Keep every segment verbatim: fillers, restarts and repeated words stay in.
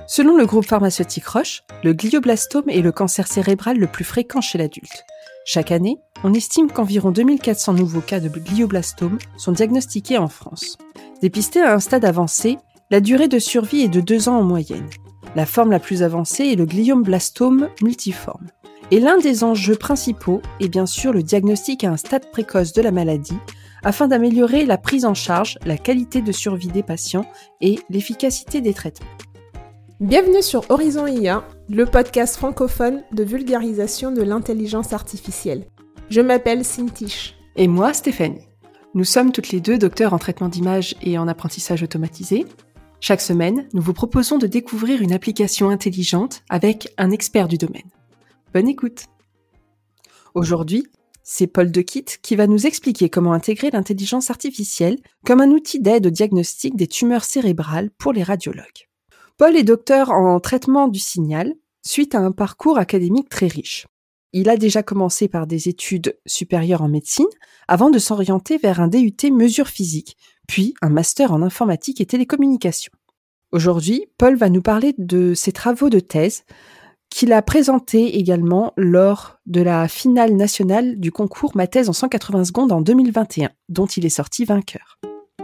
Selon le groupe pharmaceutique Roche, le glioblastome est le cancer cérébral le plus fréquent chez l'adulte. Chaque année, on estime qu'environ deux mille quatre cents nouveaux cas de glioblastome sont diagnostiqués en France. Dépisté à un stade avancé, la durée de survie est de deux ans en moyenne. La forme la plus avancée est le glioblastome multiforme. Et l'un des enjeux principaux est bien sûr le diagnostic à un stade précoce de la maladie, afin d'améliorer la prise en charge, la qualité de survie des patients et l'efficacité des traitements. Bienvenue sur Horizon I A, le podcast francophone de vulgarisation de l'intelligence artificielle. Je m'appelle Cintiche. Et moi, Stéphanie. Nous sommes toutes les deux docteurs en traitement d'images et en apprentissage automatisé. Chaque semaine, nous vous proposons de découvrir une application intelligente avec un expert du domaine. Bonne écoute. Aujourd'hui, c'est Paul Dequitte qui va nous expliquer comment intégrer l'intelligence artificielle comme un outil d'aide au diagnostic des tumeurs cérébrales pour les radiologues. Paul est docteur en traitement du signal suite à un parcours académique très riche. Il a déjà commencé par des études supérieures en médecine avant de s'orienter vers un D U T mesures physiques, puis un master en informatique et télécommunications. Aujourd'hui, Paul va nous parler de ses travaux de thèse qu'il a présentés également lors de la finale nationale du concours Ma thèse en cent quatre-vingts secondes en deux mille vingt et un, dont il est sorti vainqueur.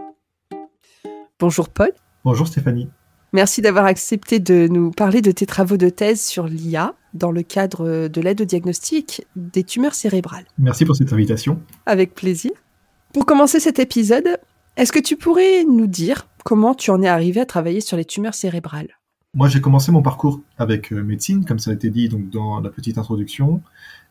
Bonjour Paul. Bonjour Stéphanie. Merci d'avoir accepté de nous parler de tes travaux de thèse sur l'I A dans le cadre de l'aide au diagnostic des tumeurs cérébrales. Merci pour cette invitation. Avec plaisir. Pour commencer cet épisode, est-ce que tu pourrais nous dire comment tu en es arrivé à travailler sur les tumeurs cérébrales ? Moi, j'ai commencé mon parcours avec euh, médecine, comme ça a été dit donc, dans la petite introduction.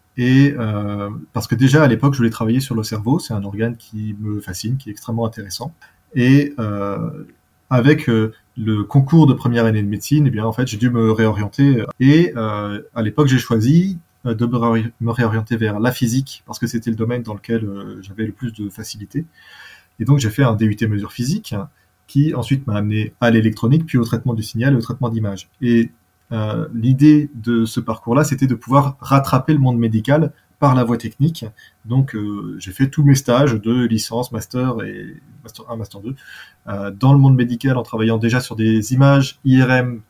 Et euh, parce que déjà, à l'époque, je voulais travailler sur le cerveau. C'est un organe qui me fascine, qui est extrêmement intéressant. Et euh, avec euh, le concours de première année de médecine, eh bien, en fait, j'ai dû me réorienter. Et euh, à l'époque, j'ai choisi euh, de me, ré- me réorienter vers la physique, parce que c'était le domaine dans lequel euh, j'avais le plus de facilité. Et donc, j'ai fait un D U T mesures physiques, qui ensuite m'a amené à l'électronique, puis au traitement du signal et au traitement d'image. Et euh, l'idée de ce parcours-là, c'était de pouvoir rattraper le monde médical par la voie technique. Donc, euh, j'ai fait tous mes stages de licence, master et master un, master deux, euh, dans le monde médical en travaillant déjà sur des images I R M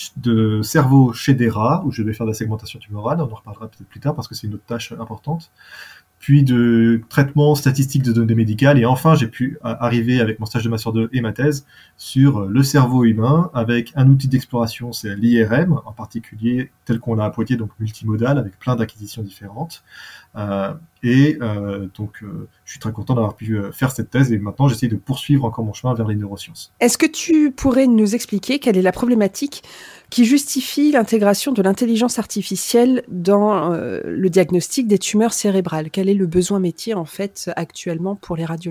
de cerveau chez des rats, où je vais faire de la segmentation tumorale. On en reparlera peut-être plus tard parce que c'est une autre tâche importante. Puis de traitement statistique de données médicales, et enfin j'ai pu arriver avec mon stage de master deux et ma thèse sur le cerveau humain avec un outil d'exploration, c'est l'I R M, en particulier tel qu'on l'a à Poitiers, donc multimodal, avec plein d'acquisitions différentes. Euh, et euh, donc euh, je suis très content d'avoir pu faire cette thèse, et maintenant j'essaie de poursuivre encore mon chemin vers les neurosciences. Est-ce que tu pourrais nous expliquer quelle est la problématique qui justifie l'intégration de l'intelligence artificielle dans euh, le diagnostic des tumeurs cérébrales ? Quel est le besoin métier en fait actuellement pour les radiologues ?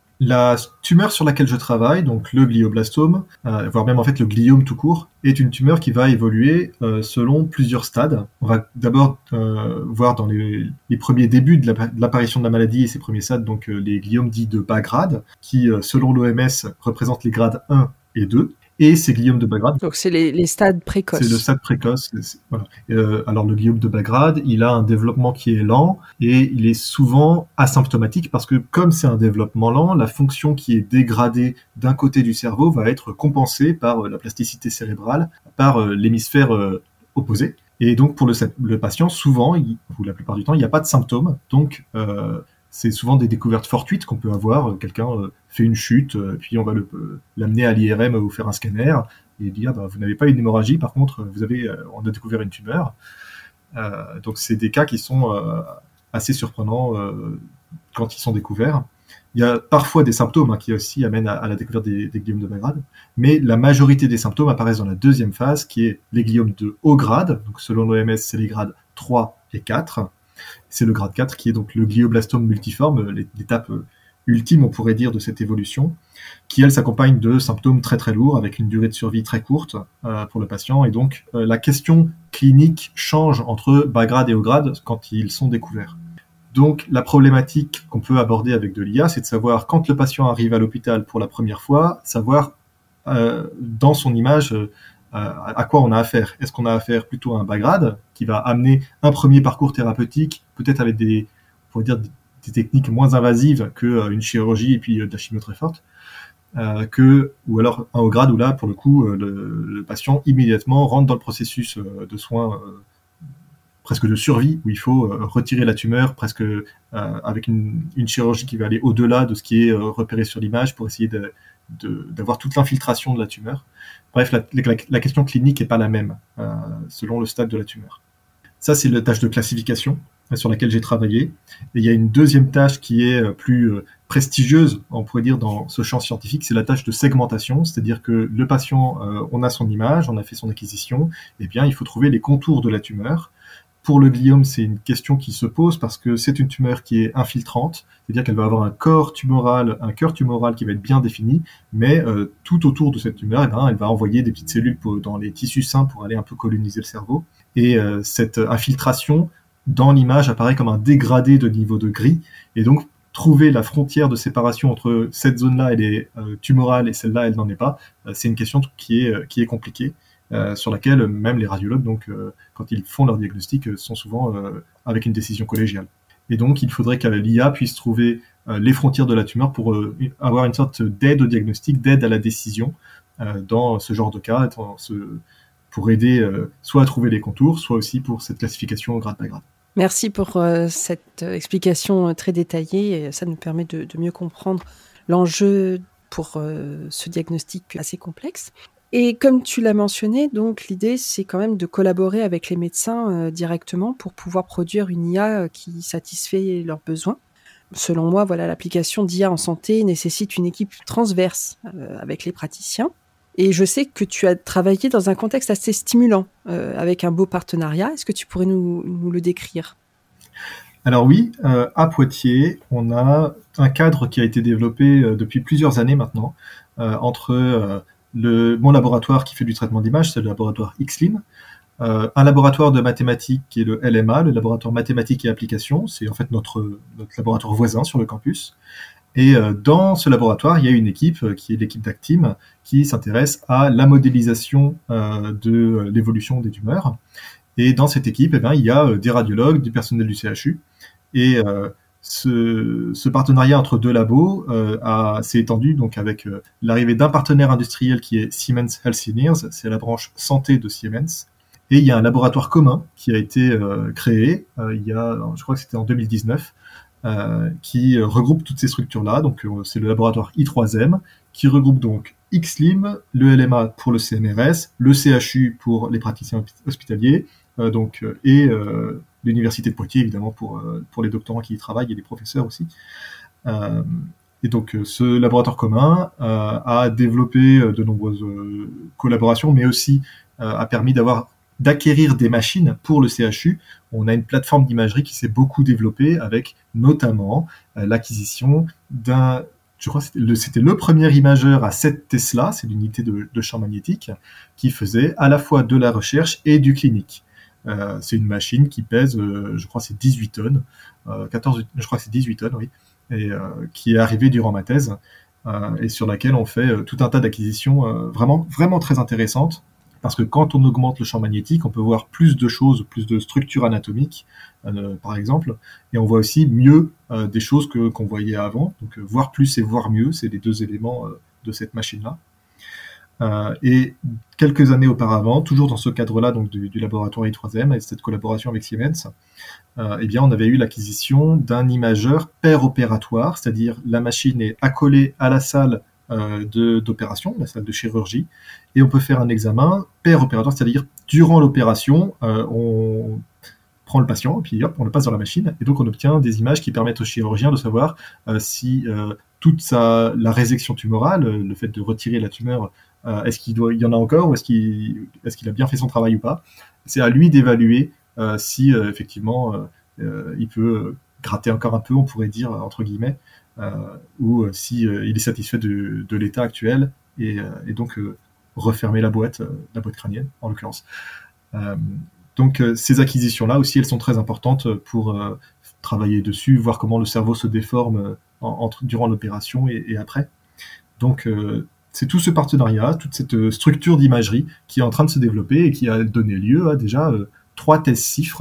La tumeur sur laquelle je travaille, donc le glioblastome, euh, voire même en fait le gliome tout court, est une tumeur qui va évoluer euh, selon plusieurs stades. On va d'abord euh, voir dans les, les premiers débuts de, la, de l'apparition de la maladie et ses premiers stades, donc euh, les gliomes dits de bas grade, qui euh, selon l'O M S représentent les grades un et deux. Et ces gliomes de bas grade. Donc c'est les, les stades précoces. C'est le stade précoce. C'est, c'est, voilà. Euh, alors le gliome de bas grade, il a un développement qui est lent et il est souvent asymptomatique parce que comme c'est un développement lent, la fonction qui est dégradée d'un côté du cerveau va être compensée par euh, la plasticité cérébrale, par euh, l'hémisphère euh, opposé. Et donc pour le, le patient, souvent, il, ou la plupart du temps, il n'y a pas de symptômes. Donc euh, c'est souvent des découvertes fortuites qu'on peut avoir. Quelqu'un euh, fait une chute, euh, puis on va le, euh, l'amener à l'I R M ou faire un scanner et dire bah, vous n'avez pas une hémorragie, par contre vous avez, euh, on a découvert une tumeur. Euh, donc c'est des cas qui sont euh, assez surprenants euh, quand ils sont découverts. Il y a parfois des symptômes hein, qui aussi amènent à, à la découverte des, des gliomes de bas grade, mais la majorité des symptômes apparaissent dans la deuxième phase, qui est les gliomes de haut grade. Donc selon l'O M S, c'est les grades trois et quatre. C'est le grade quatre qui est donc le glioblastome multiforme, l'étape ultime, on pourrait dire, de cette évolution, qui, elle, s'accompagne de symptômes très très lourds, avec une durée de survie très courte euh, pour le patient. Et donc, euh, la question clinique change entre bas grade et haut grade quand ils sont découverts. Donc, la problématique qu'on peut aborder avec de l'I A, c'est de savoir, quand le patient arrive à l'hôpital pour la première fois, savoir, euh, dans son image, euh, à quoi on a affaire. Est-ce qu'on a affaire plutôt à un bas grade qui va amener un premier parcours thérapeutique, peut-être avec des, on pourrait dire, des techniques moins invasives qu'une chirurgie et puis de la chimio très forte, euh, que, ou alors un haut grade où là, pour le coup, euh, le, le patient immédiatement rentre dans le processus euh, de soins euh, presque de survie, où il faut euh, retirer la tumeur, presque euh, avec une, une chirurgie qui va aller au-delà de ce qui est euh, repéré sur l'image pour essayer de, de, d'avoir toute l'infiltration de la tumeur. Bref, la, la, la question clinique n'est pas la même euh, selon le stade de la tumeur. Ça, c'est la tâche de classification sur laquelle j'ai travaillé. Et il y a une deuxième tâche qui est plus prestigieuse, on pourrait dire, dans ce champ scientifique, c'est la tâche de segmentation, c'est-à-dire que le patient, euh, on a son image, on a fait son acquisition, et bien il faut trouver les contours de la tumeur. Pour le gliome, c'est une question qui se pose parce que c'est une tumeur qui est infiltrante, c'est-à-dire qu'elle va avoir un corps tumoral, un cœur tumoral qui va être bien défini, mais euh, tout autour de cette tumeur, eh ben, elle va envoyer des petites cellules pour, dans les tissus sains pour aller un peu coloniser le cerveau. Et euh, cette infiltration dans l'image apparaît comme un dégradé de niveau de gris, et donc trouver la frontière de séparation entre cette zone-là, elle est euh, tumorale, et celle-là, elle n'en est pas, euh, c'est une question qui est, euh, qui est compliquée. Euh, sur laquelle même les radiologues, donc, euh, quand ils font leur diagnostic, euh, sont souvent euh, avec une décision collégiale. Et donc, il faudrait que l'I A puisse trouver euh, les frontières de la tumeur pour euh, avoir une sorte d'aide au diagnostic, d'aide à la décision euh, dans ce genre de cas, dans ce, pour aider euh, soit à trouver les contours, soit aussi pour cette classification grade par grade. Merci pour euh, cette explication très détaillée. Et ça nous permet de, de mieux comprendre l'enjeu pour euh, ce diagnostic assez complexe. Et comme tu l'as mentionné, donc l'idée c'est quand même de collaborer avec les médecins euh, directement pour pouvoir produire une I A qui satisfait leurs besoins. Selon moi, voilà, l'application d'I A en santé nécessite une équipe transverse euh, avec les praticiens. Et je sais que tu as travaillé dans un contexte assez stimulant, euh, avec un beau partenariat. Est-ce que tu pourrais nous, nous le décrire ? Alors oui, euh, à Poitiers, on a un cadre qui a été développé euh, depuis plusieurs années maintenant, euh, entre euh, le, mon laboratoire qui fait du traitement d'image, c'est le laboratoire Xlim, euh, un laboratoire de mathématiques qui est le L M A, le laboratoire mathématiques et applications, c'est en fait notre, notre laboratoire voisin sur le campus. Et euh, dans ce laboratoire, il y a une équipe euh, qui est l'équipe d'Actim, qui s'intéresse à la modélisation euh, de euh, l'évolution des tumeurs. Et dans cette équipe, eh bien, il y a euh, des radiologues, du personnel du C H U, et euh, Ce, ce partenariat entre deux labos euh, a, s'est étendu donc avec euh, l'arrivée d'un partenaire industriel qui est Siemens Healthineers, c'est la branche santé de Siemens. Et il y a un laboratoire commun qui a été euh, créé, euh, il y a, je crois que c'était en deux mille dix-neuf, euh, qui regroupe toutes ces structures-là. Donc euh, c'est le laboratoire I trois M qui regroupe donc Xlim, le L M A pour le C N R S, le C H U pour les praticiens hospitaliers, euh, donc euh, et euh, l'université de Poitiers, évidemment, pour, pour les doctorants qui y travaillent et les professeurs aussi. Euh, et donc, ce laboratoire commun euh, a développé de nombreuses euh, collaborations, mais aussi euh, a permis d'avoir, d'acquérir des machines pour le C H U. On a une plateforme d'imagerie qui s'est beaucoup développée avec notamment euh, l'acquisition d'un, je crois que c'était le, c'était le premier imageur à sept Tesla, c'est l'unité de, de champ magnétique, qui faisait à la fois de la recherche et du clinique. Euh, c'est une machine qui pèse, euh, je crois que c'est dix-huit tonnes, euh, quatorze, je crois que c'est dix-huit tonnes, oui, et euh, qui est arrivée durant ma thèse, euh, et sur laquelle on fait euh, tout un tas d'acquisitions euh, vraiment, vraiment très intéressantes, parce que quand on augmente le champ magnétique, on peut voir plus de choses, plus de structures anatomiques, euh, par exemple, et on voit aussi mieux euh, des choses que, qu'on voyait avant, donc euh, voir plus et voir mieux, c'est les deux éléments euh, de cette machine-là. Euh, et quelques années auparavant, toujours dans ce cadre-là, donc du, du laboratoire I trois M et cette collaboration avec Siemens, euh, eh bien, on avait eu l'acquisition d'un imageur pair opératoire, c'est-à-dire la machine est accolée à la salle euh, de, d'opération, la salle de chirurgie, et on peut faire un examen pair opératoire, c'est-à-dire durant l'opération, euh, on prend le patient et puis hop, on le passe dans la machine, et donc on obtient des images qui permettent au chirurgien de savoir euh, si euh, toute sa, la résection tumorale, le fait de retirer la tumeur, Euh, est-ce qu'il doit, il y en a encore ou est-ce qu'il, est-ce qu'il a bien fait son travail ou pas ? C'est à lui d'évaluer euh, si euh, effectivement euh, euh, il peut gratter encore un peu, on pourrait dire entre guillemets, euh, ou euh, si euh, il est satisfait de, de l'état actuel et, euh, et donc euh, refermer la boîte, euh, la boîte crânienne en l'occurrence. Euh, donc euh, ces acquisitions-là aussi, elles sont très importantes pour euh, travailler dessus, voir comment le cerveau se déforme euh, en, entre, durant l'opération et, et après. Donc euh, c'est tout ce partenariat, toute cette structure d'imagerie qui est en train de se développer et qui a donné lieu à déjà euh, trois thèses cifres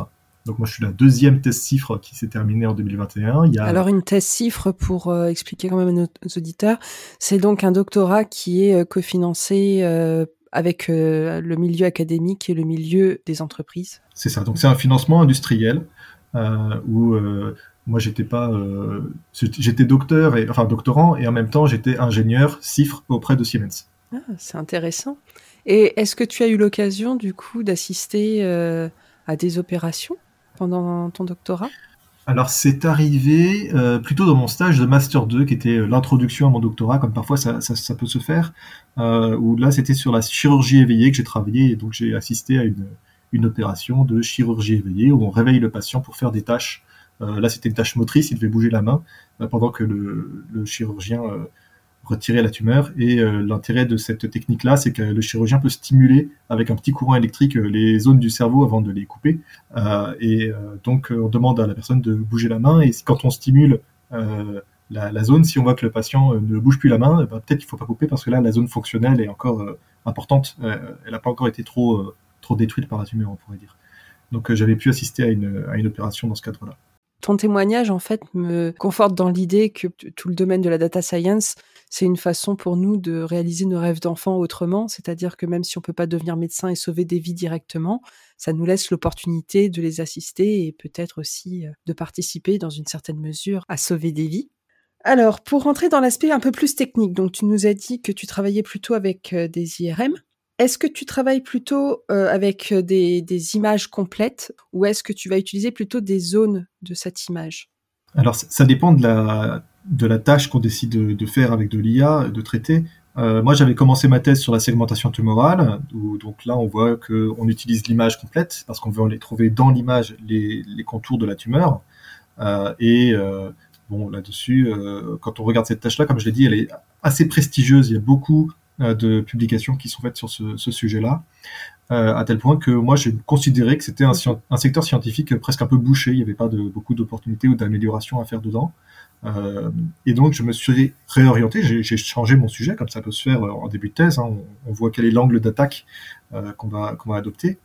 Donc moi, je suis la deuxième thèse CIFRE qui s'est terminée en deux mille vingt et un. Il y a... Alors une thèse CIFRE, pour euh, expliquer quand même à nos, nos auditeurs, c'est donc un doctorat qui est euh, cofinancé euh, avec euh, le milieu académique et le milieu des entreprises. C'est ça, donc c'est un financement industriel euh, où euh, moi j'étais pas, euh, j'étais docteur, et, enfin doctorant, et en même temps j'étais ingénieur CIFRE auprès de Siemens. Ah, c'est intéressant. Et est-ce que tu as eu l'occasion du coup d'assister euh, à des opérations pendant ton doctorat ? Alors c'est arrivé euh, plutôt dans mon stage de Master deux, qui était l'introduction à mon doctorat, comme parfois ça, ça, ça peut se faire, euh, où là c'était sur la chirurgie éveillée que j'ai travaillé, et donc j'ai assisté à une, une opération de chirurgie éveillée, où on réveille le patient pour faire des tâches. Euh, là c'était une tâche motrice, il devait bouger la main, euh, pendant que le, le chirurgien euh, retirer la tumeur, et euh, l'intérêt de cette technique-là, c'est que le chirurgien peut stimuler avec un petit courant électrique les zones du cerveau avant de les couper, euh, et euh, donc on demande à la personne de bouger la main, et quand on stimule euh, la, la zone, si on voit que le patient ne bouge plus la main, eh ben, peut-être qu'il ne faut pas couper parce que là la zone fonctionnelle est encore euh, importante, euh, elle n'a pas encore été trop, euh, trop détruite par la tumeur, on pourrait dire. Donc euh, j'avais pu assister à une, à une opération dans ce cadre-là. Ton témoignage, en fait, me conforte dans l'idée que tout le domaine de la data science, c'est une façon pour nous de réaliser nos rêves d'enfants autrement, c'est-à-dire que même si on peut pas devenir médecin et sauver des vies directement, ça nous laisse l'opportunité de les assister et peut-être aussi de participer dans une certaine mesure à sauver des vies. Alors, pour rentrer dans l'aspect un peu plus technique, donc tu nous as dit que tu travaillais plutôt avec des I R M. Est-ce que tu travailles plutôt euh, avec des, des images complètes ou est-ce que tu vas utiliser plutôt des zones de cette image ? Alors, ça dépend de la, de la tâche qu'on décide de, de faire avec de l'I A, de traiter. Euh, moi, j'avais commencé ma thèse sur la segmentation tumorale, où donc là, on voit qu'on utilise l'image complète parce qu'on veut aller trouver dans l'image les, les contours de la tumeur. Euh, et euh, bon, là-dessus, euh, quand on regarde cette tâche-là, comme je l'ai dit, elle est assez prestigieuse. Il y a beaucoup de publications qui sont faites sur ce, ce sujet-là, euh, à tel point que moi j'ai considéré que c'était un, un secteur scientifique presque un peu bouché, il n'y avait pas de, beaucoup d'opportunités ou d'améliorations à faire dedans, euh, et donc je me suis réorienté, j'ai, j'ai changé mon sujet, comme ça peut se faire en début de thèse, hein, on, on voit quel est l'angle d'attaque euh, qu'on va, qu'on va adopter,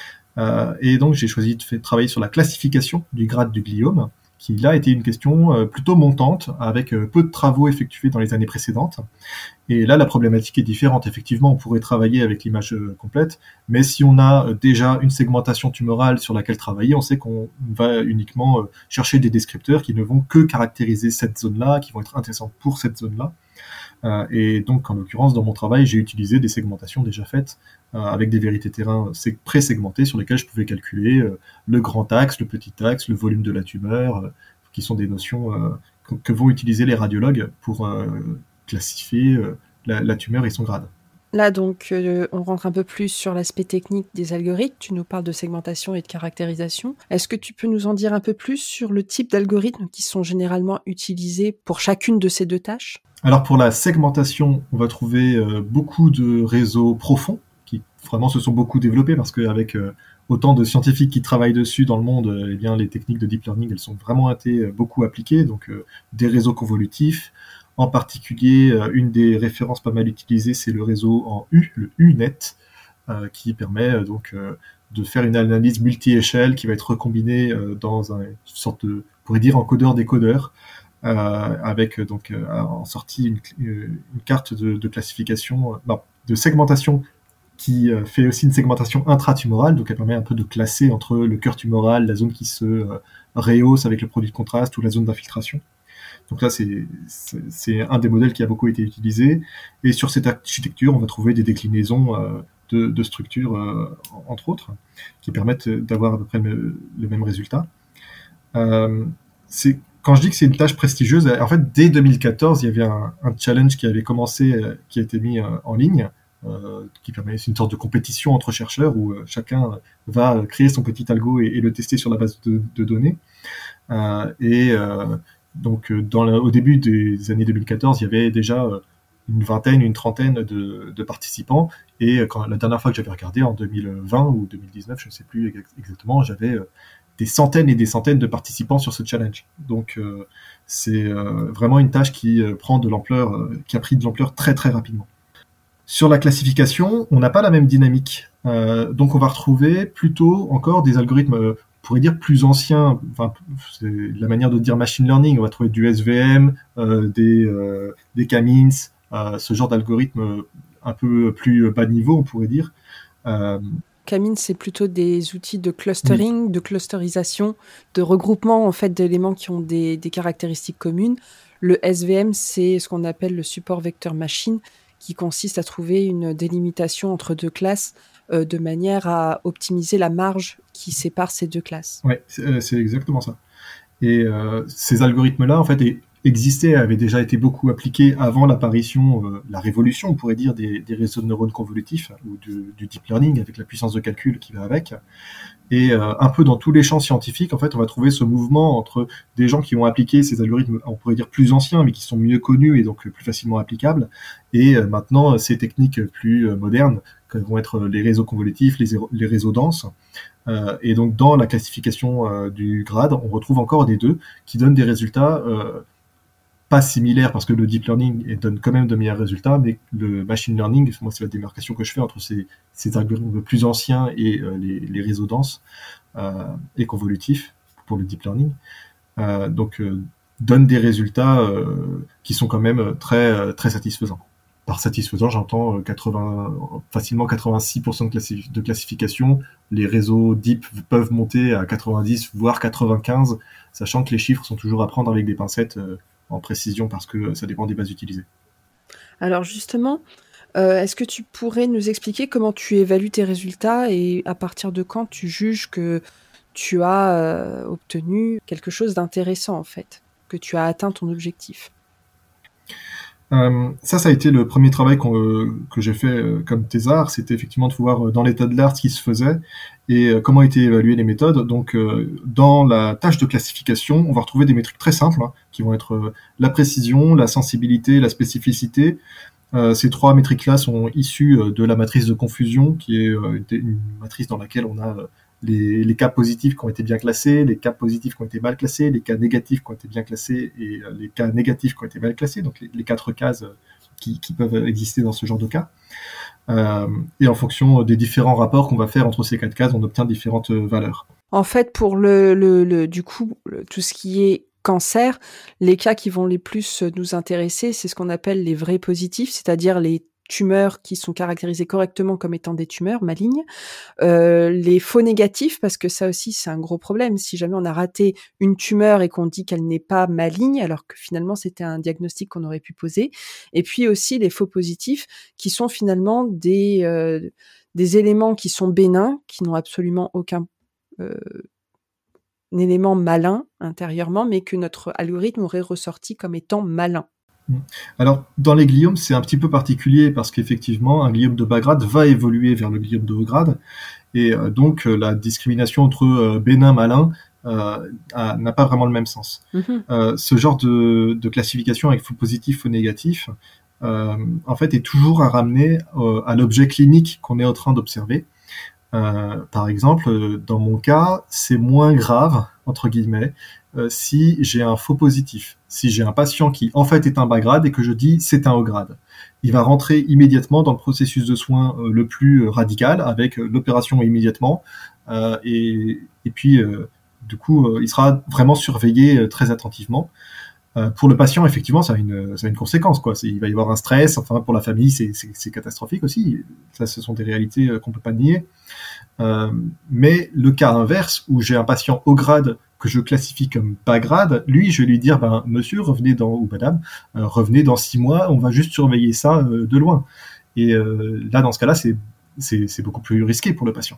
euh, et donc j'ai choisi de faire, travailler sur la classification du grade du gliome, qui là était une question euh, plutôt montante, avec euh, peu de travaux effectués dans les années précédentes. Et là, la problématique est différente. Effectivement, on pourrait travailler avec l'image euh, complète, mais si on a euh, déjà une segmentation tumorale sur laquelle travailler, on sait qu'on va uniquement euh, chercher des descripteurs qui ne vont que caractériser cette zone-là, qui vont être intéressants pour cette zone-là. Euh, et donc, en l'occurrence, dans mon travail, j'ai utilisé des segmentations déjà faites euh, avec des vérités terrain pré-segmentées sur lesquelles je pouvais calculer euh, le grand axe, le petit axe, le volume de la tumeur, euh, qui sont des notions euh, que, que vont utiliser les radiologues pour euh, classifier euh, la, la tumeur et son grade. Là, donc, euh, on rentre un peu plus sur l'aspect technique des algorithmes. Tu nous parles de segmentation et de caractérisation. Est-ce que tu peux nous en dire un peu plus sur le type d'algorithmes qui sont généralement utilisés pour chacune de ces deux tâches ? Alors, pour la segmentation, on va trouver euh, beaucoup de réseaux profonds qui vraiment se sont beaucoup développés parce qu'avec euh, autant de scientifiques qui travaillent dessus dans le monde, euh, eh bien, les techniques de deep learning, elles sont vraiment été euh, beaucoup appliquées. Donc, euh, des réseaux convolutifs. En particulier, euh, une des références pas mal utilisées, c'est le réseau en U, le U net, euh, qui permet euh, donc euh, de faire une analyse multi-échelle qui va être recombinée euh, dans un, une sorte de, on pourrait dire, encodeur-décodeur, euh, avec donc euh, en sortie une, une carte de, de classification, euh, non, de segmentation qui euh, fait aussi une segmentation intratumorale, donc elle permet un peu de classer entre le cœur tumoral, la zone qui se euh, rehausse avec le produit de contraste ou la zone d'infiltration. Donc là, c'est, c'est, c'est un des modèles qui a beaucoup été utilisé. Et sur cette architecture, on va trouver des déclinaisons euh, de, de structures, euh, entre autres, qui permettent d'avoir à peu près le, le même résultat. Euh, c'est, quand je dis que c'est une tâche prestigieuse, en fait, dès deux mille quatorze, il y avait un, un challenge qui avait commencé, euh, qui a été mis euh, en ligne, euh, qui permet, c'est une sorte de compétition entre chercheurs où euh, chacun va créer son petit algo et, et le tester sur la base de, de données. Euh, et euh, Donc, dans le, au début des années deux mille quatorze, il y avait déjà une vingtaine, une trentaine de, de participants. Et quand, la dernière fois que j'avais regardé, en deux mille vingt ou deux mille dix-neuf, je ne sais plus exactement, j'avais des centaines et des centaines de participants sur ce challenge. Donc, euh, c'est euh, vraiment une tâche qui euh, prend de l'ampleur, euh, qui a pris de l'ampleur très très rapidement. Sur la classification, on n'a pas la même dynamique. Euh, donc, on va retrouver plutôt encore des algorithmes pourrait dire plus anciens. Enfin, c'est la manière de dire machine learning. On va trouver du S V M, euh, des, euh, des K-means, euh, ce genre d'algorithme un peu plus bas niveau, on pourrait dire. Euh, K-means, c'est plutôt des outils de clustering, oui. de clusterisation, de regroupement en fait d'éléments qui ont des, des caractéristiques communes. Le S V M, c'est ce qu'on appelle le support vector machine, qui consiste à trouver une délimitation entre deux classes euh, de manière à optimiser la marge qui sépare ces deux classes. Oui, c'est, c'est exactement ça. Et euh, ces algorithmes-là, en fait, existaient, avaient déjà été beaucoup appliqués avant l'apparition, euh, la révolution, on pourrait dire, des, des réseaux de neurones convolutifs ou du, du deep learning avec la puissance de calcul qui va avec. Et euh, un peu dans tous les champs scientifiques, en fait, on va trouver ce mouvement entre des gens qui ont appliqué ces algorithmes, on pourrait dire plus anciens, mais qui sont mieux connus et donc plus facilement applicables, et euh, maintenant ces techniques plus euh, modernes, que vont être les réseaux convolutifs, les, les réseaux denses. Euh, et donc dans la classification euh, du grade, on retrouve encore des deux qui donnent des résultats euh, pas similaires, parce que le deep learning donne quand même de meilleurs résultats, mais le machine learning, moi c'est la démarcation que je fais entre ces, ces algorithmes plus anciens et euh, les, les réseaux denses euh, et convolutifs pour le deep learning, euh, donc euh, donne des résultats euh, qui sont quand même très, très satisfaisants. Par satisfaisant, j'entends quatre-vingts, facilement quatre-vingt-six pour cent de, classif- de classification. Les réseaux deep peuvent monter à quatre-vingt-dix, voire quatre-vingt-quinze, sachant que les chiffres sont toujours à prendre avec des pincettes euh, en précision, parce que ça dépend des bases utilisées. Alors justement, euh, est-ce que tu pourrais nous expliquer comment tu évalues tes résultats et à partir de quand tu juges que tu as euh, obtenu quelque chose d'intéressant, en fait, que tu as atteint ton objectif ? Euh, ça, ça a été le premier travail euh, que j'ai fait euh, comme thésard, c'était effectivement de voir euh, dans l'état de l'art ce qui se faisait et euh, comment étaient évaluées les méthodes. Donc, euh, dans la tâche de classification, on va retrouver des métriques très simples, hein, qui vont être euh, la précision, la sensibilité, la spécificité. Euh, ces trois métriques-là sont issues euh, de la matrice de confusion, qui est euh, une matrice dans laquelle on a euh, les, les cas positifs qui ont été bien classés, les cas positifs qui ont été mal classés, les cas négatifs qui ont été bien classés et euh, les cas négatifs qui ont été mal classés, donc les, les quatre cases euh, qui, qui peuvent exister dans ce genre de cas. Euh, et en fonction des différents rapports qu'on va faire entre ces quatre cases, on obtient différentes euh, valeurs. En fait, pour le, le, le du coup, le, tout ce qui est cancer, les cas qui vont les plus nous intéresser, c'est ce qu'on appelle les vrais positifs, c'est-à-dire les tumeurs qui sont caractérisées correctement comme étant des tumeurs malignes, euh, les faux négatifs, parce que ça aussi c'est un gros problème, si jamais on a raté une tumeur et qu'on dit qu'elle n'est pas maligne, alors que finalement c'était un diagnostic qu'on aurait pu poser, et puis aussi les faux positifs, qui sont finalement des, euh, des éléments qui sont bénins, qui n'ont absolument aucun euh, un élément malin intérieurement, mais que notre algorithme aurait ressorti comme étant malin. Alors, dans les gliomes, c'est un petit peu particulier parce qu'effectivement, un gliome de bas grade va évoluer vers le gliome de haut grade, et euh, donc euh, la discrimination entre euh, bénin, malin euh, a, n'a pas vraiment le même sens. Mm-hmm. Euh, ce genre de, de classification avec faux positif, faux négatif, euh, en fait, est toujours à ramener euh, à l'objet clinique qu'on est en train d'observer. Euh, par exemple, dans mon cas, c'est moins grave, entre guillemets, euh, si j'ai un faux positif. Si j'ai un patient qui, en fait, est un bas grade et que je dis c'est un haut grade. Il va rentrer immédiatement dans le processus de soins euh, le plus radical, avec euh, l'opération immédiatement, euh, et, et puis, euh, du coup, euh, il sera vraiment surveillé euh, très attentivement. Euh, pour le patient, effectivement, ça a une, ça a une conséquence, quoi. C'est, il va y avoir un stress. Enfin, pour la famille, c'est, c'est, c'est catastrophique aussi. Ça, ce sont des réalités euh, qu'on peut pas nier. Euh, mais le cas inverse, où j'ai un patient haut grade que je classifie comme bas grade, lui, je vais lui dire, ben, monsieur, revenez dans, ou madame, euh, revenez dans six mois, on va juste surveiller ça euh, de loin. Et euh, là, dans ce cas-là, c'est, c'est, c'est beaucoup plus risqué pour le patient.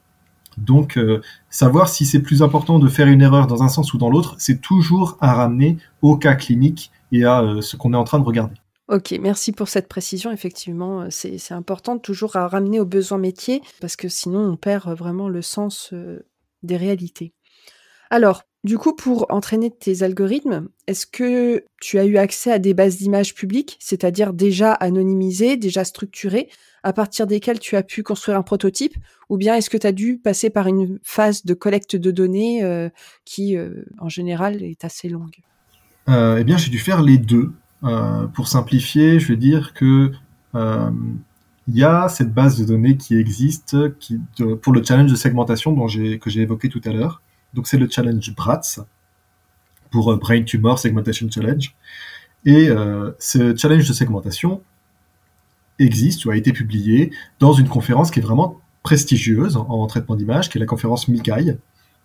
Donc, euh, savoir si c'est plus important de faire une erreur dans un sens ou dans l'autre, c'est toujours à ramener au cas clinique et à euh, ce qu'on est en train de regarder. Ok, merci pour cette précision. Effectivement, c'est, c'est important toujours à ramener aux besoins métiers, parce que sinon on perd vraiment le sens euh, des réalités. Alors, du coup, pour entraîner tes algorithmes, est-ce que tu as eu accès à des bases d'images publiques, c'est-à-dire déjà anonymisées, déjà structurées, à partir desquelles tu as pu construire un prototype, ou bien est-ce que tu as dû passer par une phase de collecte de données euh, qui, euh, en général, est assez longue ? euh, Eh bien, j'ai dû faire les deux. Euh, pour simplifier, je vais dire que euh, il y a cette base de données qui existe qui, de, pour le challenge de segmentation dont j'ai, que j'ai évoqué tout à l'heure. Donc c'est le challenge BRATS, pour euh, Brain Tumor Segmentation Challenge. Et euh, ce challenge de segmentation existe ou a été publié dans une conférence qui est vraiment prestigieuse en, en traitement d'image, qui est la conférence MICAI.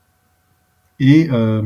Et euh,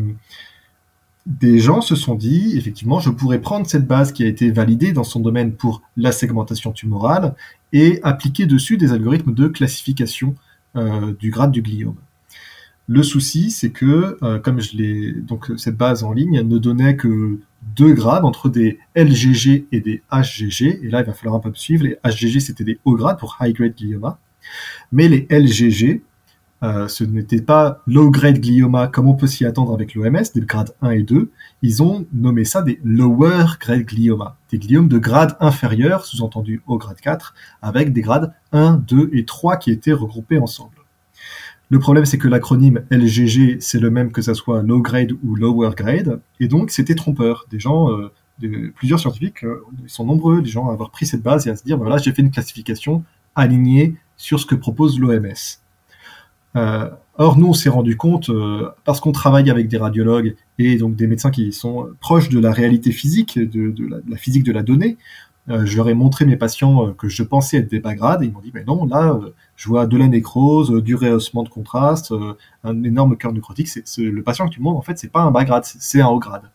des gens se sont dit, effectivement, je pourrais prendre cette base qui a été validée dans son domaine pour la segmentation tumorale et appliquer dessus des algorithmes de classification euh, du grade du gliome. Le souci, c'est que, euh, comme je l'ai, donc cette base en ligne ne donnait que deux grades entre des L G G et des H G G, et là il va falloir un peu me suivre. Les H G G c'était des hauts grades pour high grade glioma, mais les L G G, euh, ce n'était pas low grade glioma comme on peut s'y attendre avec l'O M S, des grades un et deux. Ils ont nommé ça des lower grade glioma, des gliomes de grade inférieur, sous-entendu au grade quatre, avec des grades un, deux et trois qui étaient regroupés ensemble. Le problème, c'est que l'acronyme L G G, c'est le même que ça soit low grade ou lower grade, et donc c'était trompeur. Des gens, euh, de, plusieurs scientifiques, euh, ils sont nombreux, des gens à avoir pris cette base et à se dire, ben voilà, j'ai fait une classification alignée sur ce que propose l'O M S. Euh, or, nous, on s'est rendu compte, euh, parce qu'on travaille avec des radiologues et donc des médecins qui sont proches de la réalité physique, de, de, la, de la physique de la donnée. Euh, je leur ai montré mes patients euh, que je pensais être des bas grades et ils m'ont dit mais non, là euh, je vois de la nécrose, euh, du rehaussement de contraste, euh, un énorme cœur nécrotique. C'est, c'est, le patient que tu montres en fait c'est pas un bas grade, c'est, c'est un haut grade.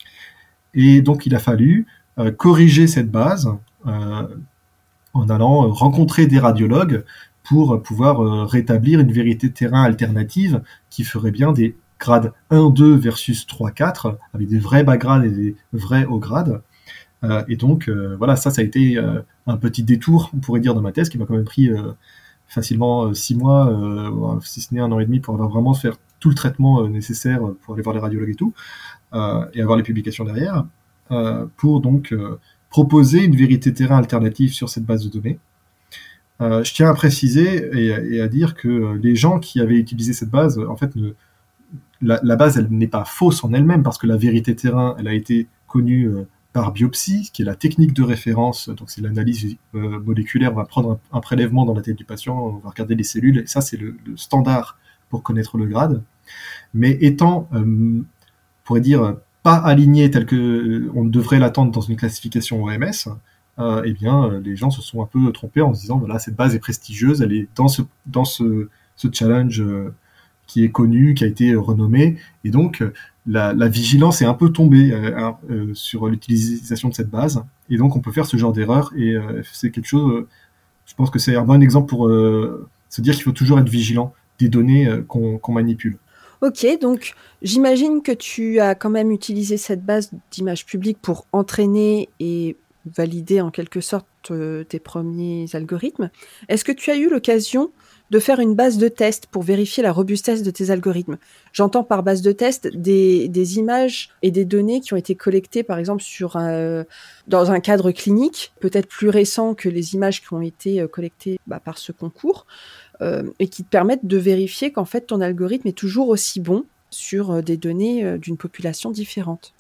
Et donc il a fallu euh, corriger cette base euh, en allant rencontrer des radiologues pour pouvoir euh, rétablir une vérité de terrain alternative qui ferait bien des grades un deux versus trois quatre avec des vrais bas grades et des vrais hauts grades. Euh, et donc, euh, voilà, ça, ça a été euh, un petit détour, on pourrait dire, dans ma thèse, qui m'a quand même pris euh, facilement euh, six mois, euh, si ce n'est un an et demi, pour avoir vraiment faire tout le traitement euh, nécessaire pour aller voir les radiologues et tout, euh, et avoir les publications derrière, euh, pour donc euh, proposer une vérité terrain alternative sur cette base de données. Euh, je tiens à préciser et, et à dire que les gens qui avaient utilisé cette base, en fait, ne, la, la base, elle n'est pas fausse en elle-même, parce que la vérité terrain, elle a été connue euh, par biopsie, qui est la technique de référence, donc c'est l'analyse euh, moléculaire, on va prendre un, un prélèvement dans la tête du patient, on va regarder les cellules, et ça c'est le, le standard pour connaître le grade. Mais étant, euh, on pourrait dire, pas aligné tel que euh, on devrait l'attendre dans une classification O M S, euh, eh bien euh, les gens se sont un peu trompés en se disant, voilà, cette base est prestigieuse, elle est dans ce, dans ce, ce challenge euh, qui est connu, qui a été renommé, et donc La, la vigilance est un peu tombée euh, euh, sur l'utilisation de cette base, et donc on peut faire ce genre d'erreur, et euh, c'est quelque chose, euh, je pense que c'est un bon exemple pour euh, se dire qu'il faut toujours être vigilant des données euh, qu'on, qu'on manipule. Ok, donc j'imagine que tu as quand même utilisé cette base d'images publiques pour entraîner et valider en quelque sorte euh, tes premiers algorithmes. Est-ce que tu as eu l'occasion de faire une base de test pour vérifier la robustesse de tes algorithmes? J'entends par base de test des, des images et des données qui ont été collectées, par exemple, sur un, dans un cadre clinique, peut-être plus récent que les images qui ont été collectées bah, par ce concours, euh, et qui te permettent de vérifier qu'en fait, ton algorithme est toujours aussi bon sur des données d'une population différente.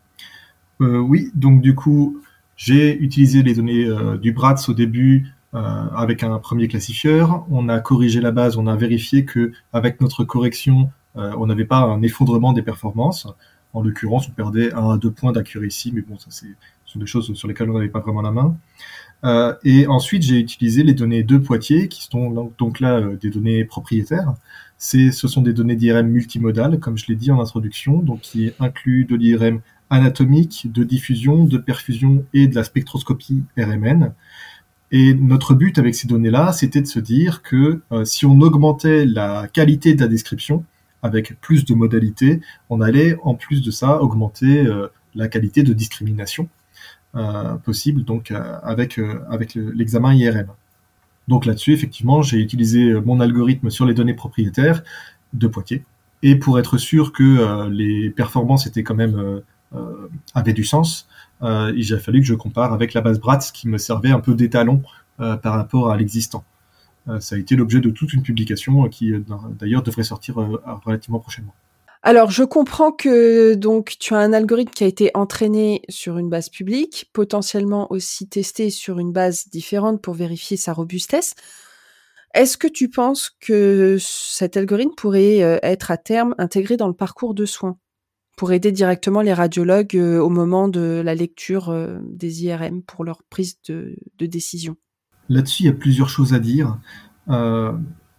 Euh, oui, donc du coup, j'ai utilisé les données euh, du BRATS au début, Euh, avec un premier classifieur, on a corrigé la base, on a vérifié que avec notre correction, euh, on n'avait pas un effondrement des performances. En l'occurrence, on perdait un à deux points d'accuracy, mais bon, ça c'est, ce sont des choses sur lesquelles on n'avait pas vraiment la main. Euh, et ensuite, j'ai utilisé les données de Poitiers, qui sont donc, donc là euh, des données propriétaires. C'est, ce sont des données d'I R M multimodales, comme je l'ai dit en introduction, donc qui incluent de l'I R M anatomique, de diffusion, de perfusion et de la spectroscopie R M N. Et notre but avec ces données-là, c'était de se dire que euh, si on augmentait la qualité de la description avec plus de modalités, on allait en plus de ça augmenter euh, la qualité de discrimination euh, possible, donc euh, avec euh, avec le, l'examen I R M. Donc là-dessus, effectivement, j'ai utilisé mon algorithme sur les données propriétaires de Poitiers, et pour être sûr que euh, les performances étaient quand même euh, euh, avaient du sens. Euh, il a fallu que je compare avec la base BRATS qui me servait un peu d'étalon euh, par rapport à l'existant. Euh, ça a été l'objet de toute une publication euh, qui euh, d'ailleurs devrait sortir euh, relativement prochainement. Alors, je comprends que donc tu as un algorithme qui a été entraîné sur une base publique, potentiellement aussi testé sur une base différente pour vérifier sa robustesse. Est-ce que tu penses que cet algorithme pourrait euh, être à terme intégré dans le parcours de soins pour aider directement les radiologues euh, au moment de la lecture euh, des I R M pour leur prise de, de décision? Là-dessus, il y a plusieurs choses à dire. Euh,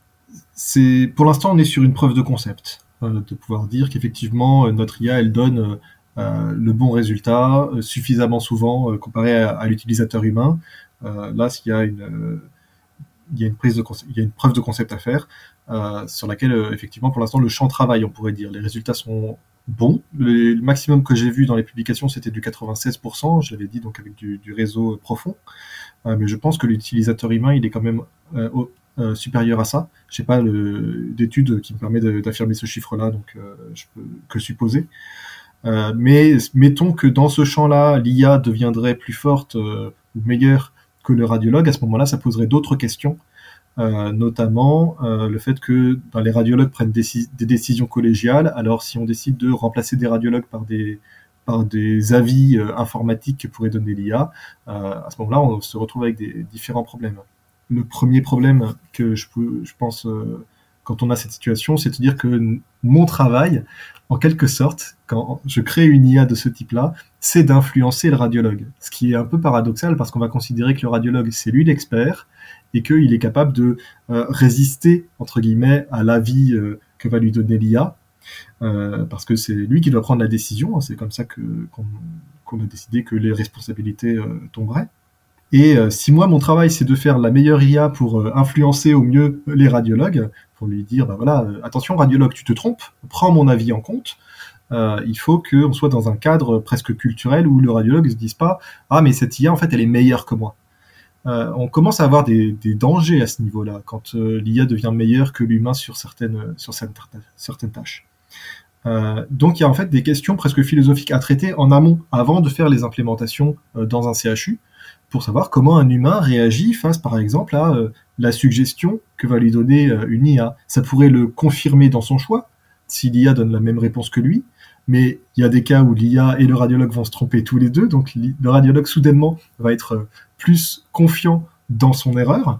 c'est, pour l'instant, on est sur une preuve de concept, euh, de pouvoir dire qu'effectivement, euh, notre I A, elle donne euh, le bon résultat euh, suffisamment souvent euh, comparé à, à l'utilisateur humain. Euh, là, s'il y a une, euh, il y a une prise de concept, il y a une preuve de concept à faire euh, sur laquelle, euh, effectivement, pour l'instant, le champ travaille, on pourrait dire. Les résultats sont bons. Le, le maximum que j'ai vu dans les publications, c'était du quatre-vingt-seize pour cent. Je l'avais dit, donc avec du, du réseau profond. Euh, mais je pense que l'utilisateur humain, il est quand même euh, au, euh, supérieur à ça. Je sais pas le, d'études qui me permet de, d'affirmer ce chiffre-là, donc euh, je peux que supposer. Euh, mais mettons que dans ce champ-là, l'I A deviendrait plus forte euh, ou meilleure que le radiologue. À ce moment-là, ça poserait d'autres questions, euh, notamment euh, le fait que ben, les radiologues prennent des, des décisions collégiales. Alors, si on décide de remplacer des radiologues par des par des avis euh, informatiques que pourrait donner l'I A, euh, à ce moment-là, on se retrouve avec des différents problèmes. Le premier problème que je, peux, je pense euh, quand on a cette situation, c'est de dire que mon travail, en quelque sorte, quand je crée une I A de ce type-là, c'est d'influencer le radiologue. Ce qui est un peu paradoxal parce qu'on va considérer que le radiologue, c'est lui l'expert et qu'il est capable de euh, résister, entre guillemets, à l'avis euh, que va lui donner l'I A. Euh, parce que c'est lui qui doit prendre la décision, hein, c'est comme ça que, qu'on, qu'on a décidé que les responsabilités euh, tomberaient. Et euh, si moi, mon travail, c'est de faire la meilleure I A pour euh, influencer au mieux les radiologues, pour lui dire, bah voilà, euh, attention radiologue, tu te trompes, prends mon avis en compte, euh, il faut qu'on soit dans un cadre presque culturel où le radiologue ne se dise pas, ah mais cette I A, en fait, elle est meilleure que moi. Euh, on commence à avoir des, des dangers à ce niveau-là, quand euh, l'I A devient meilleure que l'humain sur certaines, sur certaines, certaines tâches. Euh, donc il y a en fait des questions presque philosophiques à traiter en amont, avant de faire les implémentations euh, dans un C H U, pour savoir comment un humain réagit face par exemple à euh, la suggestion que va lui donner euh, une I A. Ça pourrait le confirmer dans son choix, si l'I A donne la même réponse que lui, mais il y a des cas où l'I A et le radiologue vont se tromper tous les deux, donc le radiologue soudainement va être plus confiant dans son erreur.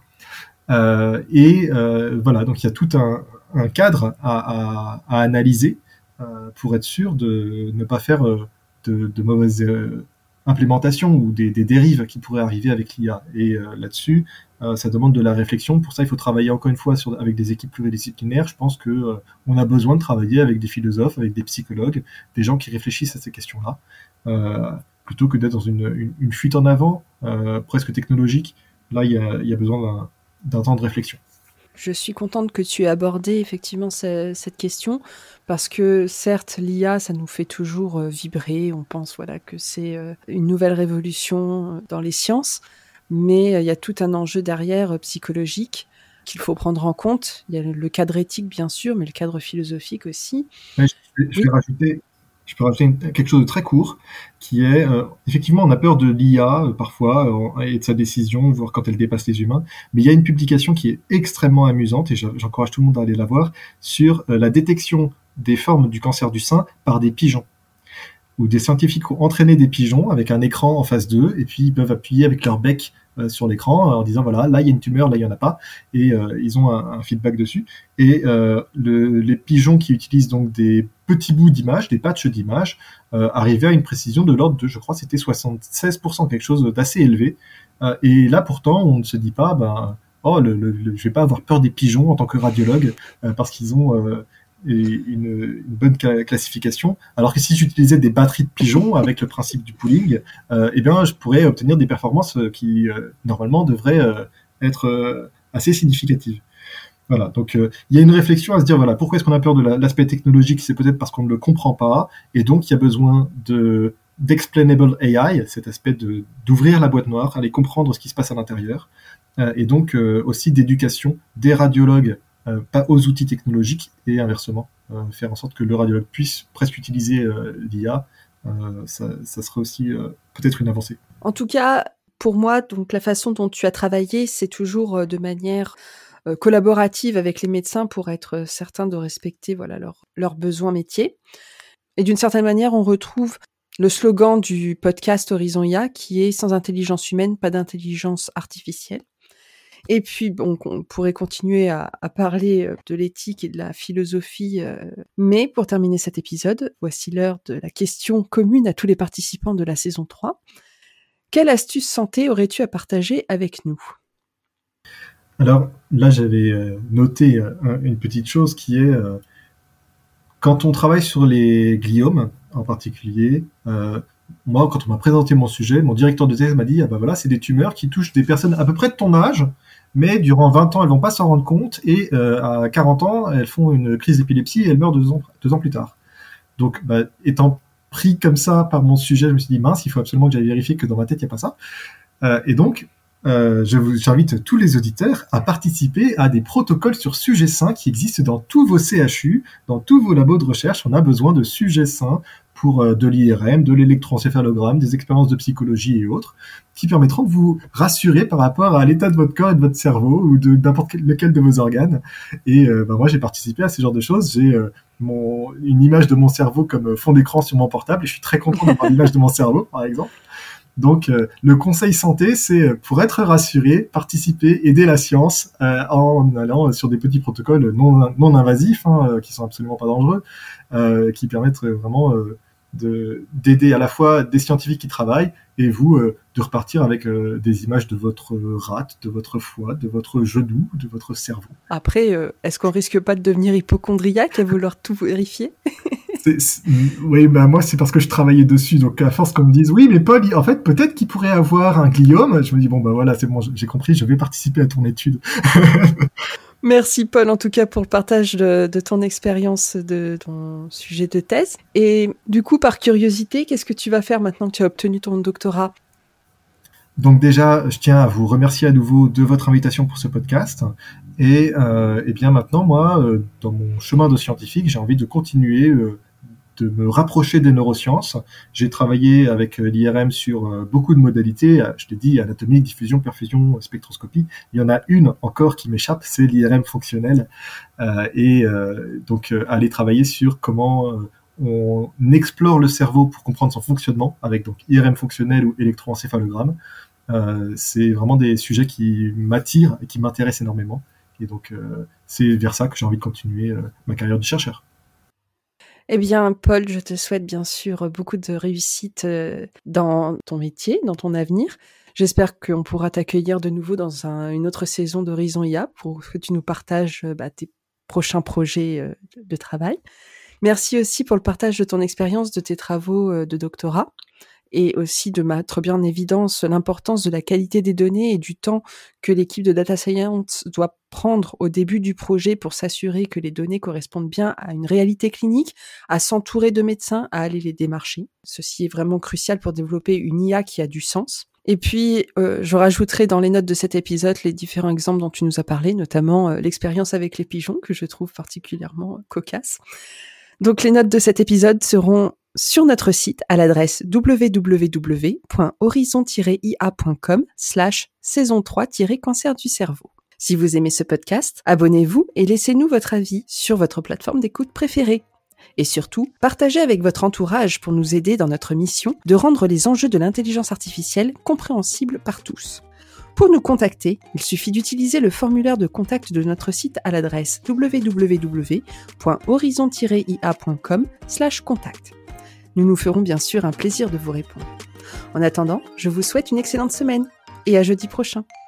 Euh, et euh, voilà, donc il y a tout un, un cadre à, à, à analyser pour être sûr de ne pas faire de, de mauvaises implémentations ou des, des dérives qui pourraient arriver avec l'I A. Et euh, là-dessus, euh, ça demande de la réflexion. Pour ça, il faut travailler encore une fois sur, avec des équipes pluridisciplinaires. Je pense que euh, on a besoin de travailler avec des philosophes, avec des psychologues, des gens qui réfléchissent à ces questions-là, euh, plutôt que d'être dans une, une, une fuite en avant, euh, presque technologique. Là, il y a, y a besoin d'un, d'un temps de réflexion. Je suis contente que tu aies abordé effectivement ce, cette question parce que certes l'I A ça nous fait toujours euh, vibrer, on pense voilà que c'est euh, une nouvelle révolution dans les sciences, mais euh, il y a tout un enjeu derrière euh, psychologique qu'il faut prendre en compte. Il y a le cadre éthique bien sûr, mais le cadre philosophique aussi. Ouais, je, je oui. vais rajouter. Je peux rajouter une, quelque chose de très court, qui est, euh, effectivement, on a peur de l'I A, euh, parfois, euh, et de sa décision, voire quand elle dépasse les humains, mais il y a une publication qui est extrêmement amusante, et j'encourage tout le monde à aller la voir, sur euh, la détection des formes du cancer du sein par des pigeons, où des scientifiques ont entraîné des pigeons avec un écran en face d'eux, et puis ils peuvent appuyer avec leur bec euh, sur l'écran en disant voilà, là il y a une tumeur, là il y en a pas, et euh, ils ont un, un feedback dessus. Et euh, le, les pigeons qui utilisent donc des petits bouts d'images, des patchs d'images, euh, arrivaient à une précision de l'ordre de, je crois, c'était soixante-seize pour cent, quelque chose d'assez élevé. Euh, et là pourtant, on ne se dit pas, ben, oh, le, le, le, je vais pas avoir peur des pigeons en tant que radiologue euh, parce qu'ils ont euh, une, une bonne classification, alors que si j'utilisais des batteries de pigeons avec le principe du pooling, euh, eh bien, je pourrais obtenir des performances qui, euh, normalement, devraient euh, être euh, assez significatives. Voilà, donc euh, il y a une réflexion à se dire, voilà, pourquoi est-ce qu'on a peur de la, l'aspect technologique? C'est peut-être parce qu'on ne le comprend pas, et donc il y a besoin de d'explainable A I, cet aspect de, d'ouvrir la boîte noire, aller comprendre ce qui se passe à l'intérieur, euh, et donc euh, aussi d'éducation des radiologues Euh, pas aux outils technologiques et inversement euh, faire en sorte que le radiologue puisse presque utiliser euh, l'I A, euh, ça, ça serait aussi euh, peut-être une avancée. En tout cas, pour moi, donc la façon dont tu as travaillé, c'est toujours euh, de manière euh, collaborative avec les médecins pour être certain de respecter voilà leurs leurs besoins métiers. Et d'une certaine manière, on retrouve le slogan du podcast Horizon I A qui est sans intelligence humaine, pas d'intelligence artificielle. Et puis, bon, on pourrait continuer à, à parler de l'éthique et de la philosophie, euh, mais pour terminer cet épisode, voici l'heure de la question commune à tous les participants de la saison trois. Quelle astuce santé aurais-tu à partager avec nous ? Alors là, j'avais euh, noté euh, une petite chose qui est, euh, quand on travaille sur les gliomes en particulier, euh, moi, quand on m'a présenté mon sujet, mon directeur de thèse m'a dit « Ah ben voilà, c'est des tumeurs qui touchent des personnes à peu près de ton âge, mais durant vingt ans, elles vont pas s'en rendre compte, et euh, à quarante ans, elles font une crise d'épilepsie et elles meurent deux ans, deux ans plus tard. » Donc, bah, étant pris comme ça par mon sujet, je me suis dit « Mince, il faut absolument que j'aille vérifier que dans ma tête, il n'y a pas ça. Euh, » Et donc, euh, je vous, j'invite tous les auditeurs à participer à des protocoles sur sujets sains qui existent dans tous vos C H U, dans tous vos labos de recherche. On a besoin de sujets sains pour euh, de l'I R M, de l'électroencéphalogramme, des expériences de psychologie et autres, qui permettront de vous rassurer par rapport à l'état de votre corps et de votre cerveau, ou de n'importe quel, lequel de vos organes. Et euh, bah, moi, j'ai participé à ce genre de choses. J'ai euh, mon, une image de mon cerveau comme fond d'écran sur mon portable, et je suis très content d'avoir l'image de mon cerveau, par exemple. Donc, euh, le conseil santé, c'est, pour être rassuré, participer, aider la science euh, en allant sur des petits protocoles non, non invasifs, hein, euh, qui sont absolument pas dangereux, euh, qui permettent vraiment euh, de, d'aider à la fois des scientifiques qui travaillent et vous euh, de repartir avec euh, des images de votre rate, de votre foie, de votre genou, de votre cerveau. Après, euh, est-ce qu'on risque pas de devenir hypocondriaque à vouloir tout vérifier ? C'est, c'est, oui, bah moi c'est parce que je travaillais dessus, donc à force qu'on me dise oui, mais Paul, en fait peut-être qu'il pourrait avoir un gliome, je me dis bon bah voilà, c'est bon, j'ai compris, je vais participer à ton étude. Merci Paul en tout cas pour le partage de, de ton expérience, de ton sujet de thèse. Et du coup, par curiosité, qu'est-ce que tu vas faire maintenant que tu as obtenu ton doctorat ? Donc déjà, je tiens à vous remercier à nouveau de votre invitation pour ce podcast. Et, euh, et bien maintenant, moi, euh, dans mon chemin de scientifique, j'ai envie de continuer euh, de me rapprocher des neurosciences. J'ai travaillé avec euh, l'I R M sur euh, beaucoup de modalités. Je l'ai dit, anatomique, diffusion, perfusion, spectroscopie. Il y en a une encore qui m'échappe, c'est l'I R M fonctionnel. Euh, et euh, donc, euh, aller travailler sur comment euh, on explore le cerveau pour comprendre son fonctionnement, avec donc I R M fonctionnel ou électroencéphalogramme. Euh, c'est vraiment des sujets qui m'attirent et qui m'intéressent énormément. Et donc, euh, c'est vers ça que j'ai envie de continuer euh, ma carrière de chercheur. Eh bien, Paul, je te souhaite bien sûr beaucoup de réussite dans ton métier, dans ton avenir. J'espère qu'on pourra t'accueillir de nouveau dans un, une autre saison d'Horizon I A pour que tu nous partages bah, tes prochains projets euh, de travail. Merci aussi pour le partage de ton expérience, de tes travaux de doctorat, et aussi de mettre bien en évidence l'importance de la qualité des données et du temps que l'équipe de Data Science doit prendre au début du projet pour s'assurer que les données correspondent bien à une réalité clinique, à s'entourer de médecins, à aller les démarcher. Ceci est vraiment crucial pour développer une I A qui a du sens. Et puis, euh, je rajouterai dans les notes de cet épisode les différents exemples dont tu nous as parlé, notamment euh, l'expérience avec les pigeons, que je trouve particulièrement euh, cocasse. Donc, les notes de cet épisode seront sur notre site à l'adresse w w w point horizon tiret i a point com slash saison trois tiret cancer du cerveau. Si vous aimez ce podcast, abonnez-vous et laissez-nous votre avis sur votre plateforme d'écoute préférée. Et surtout, partagez avec votre entourage pour nous aider dans notre mission de rendre les enjeux de l'intelligence artificielle compréhensibles par tous. Pour nous contacter, il suffit d'utiliser le formulaire de contact de notre site à l'adresse w w w point horizon tiret i a point com slash contact. Nous nous ferons bien sûr un plaisir de vous répondre. En attendant, je vous souhaite une excellente semaine et à jeudi prochain.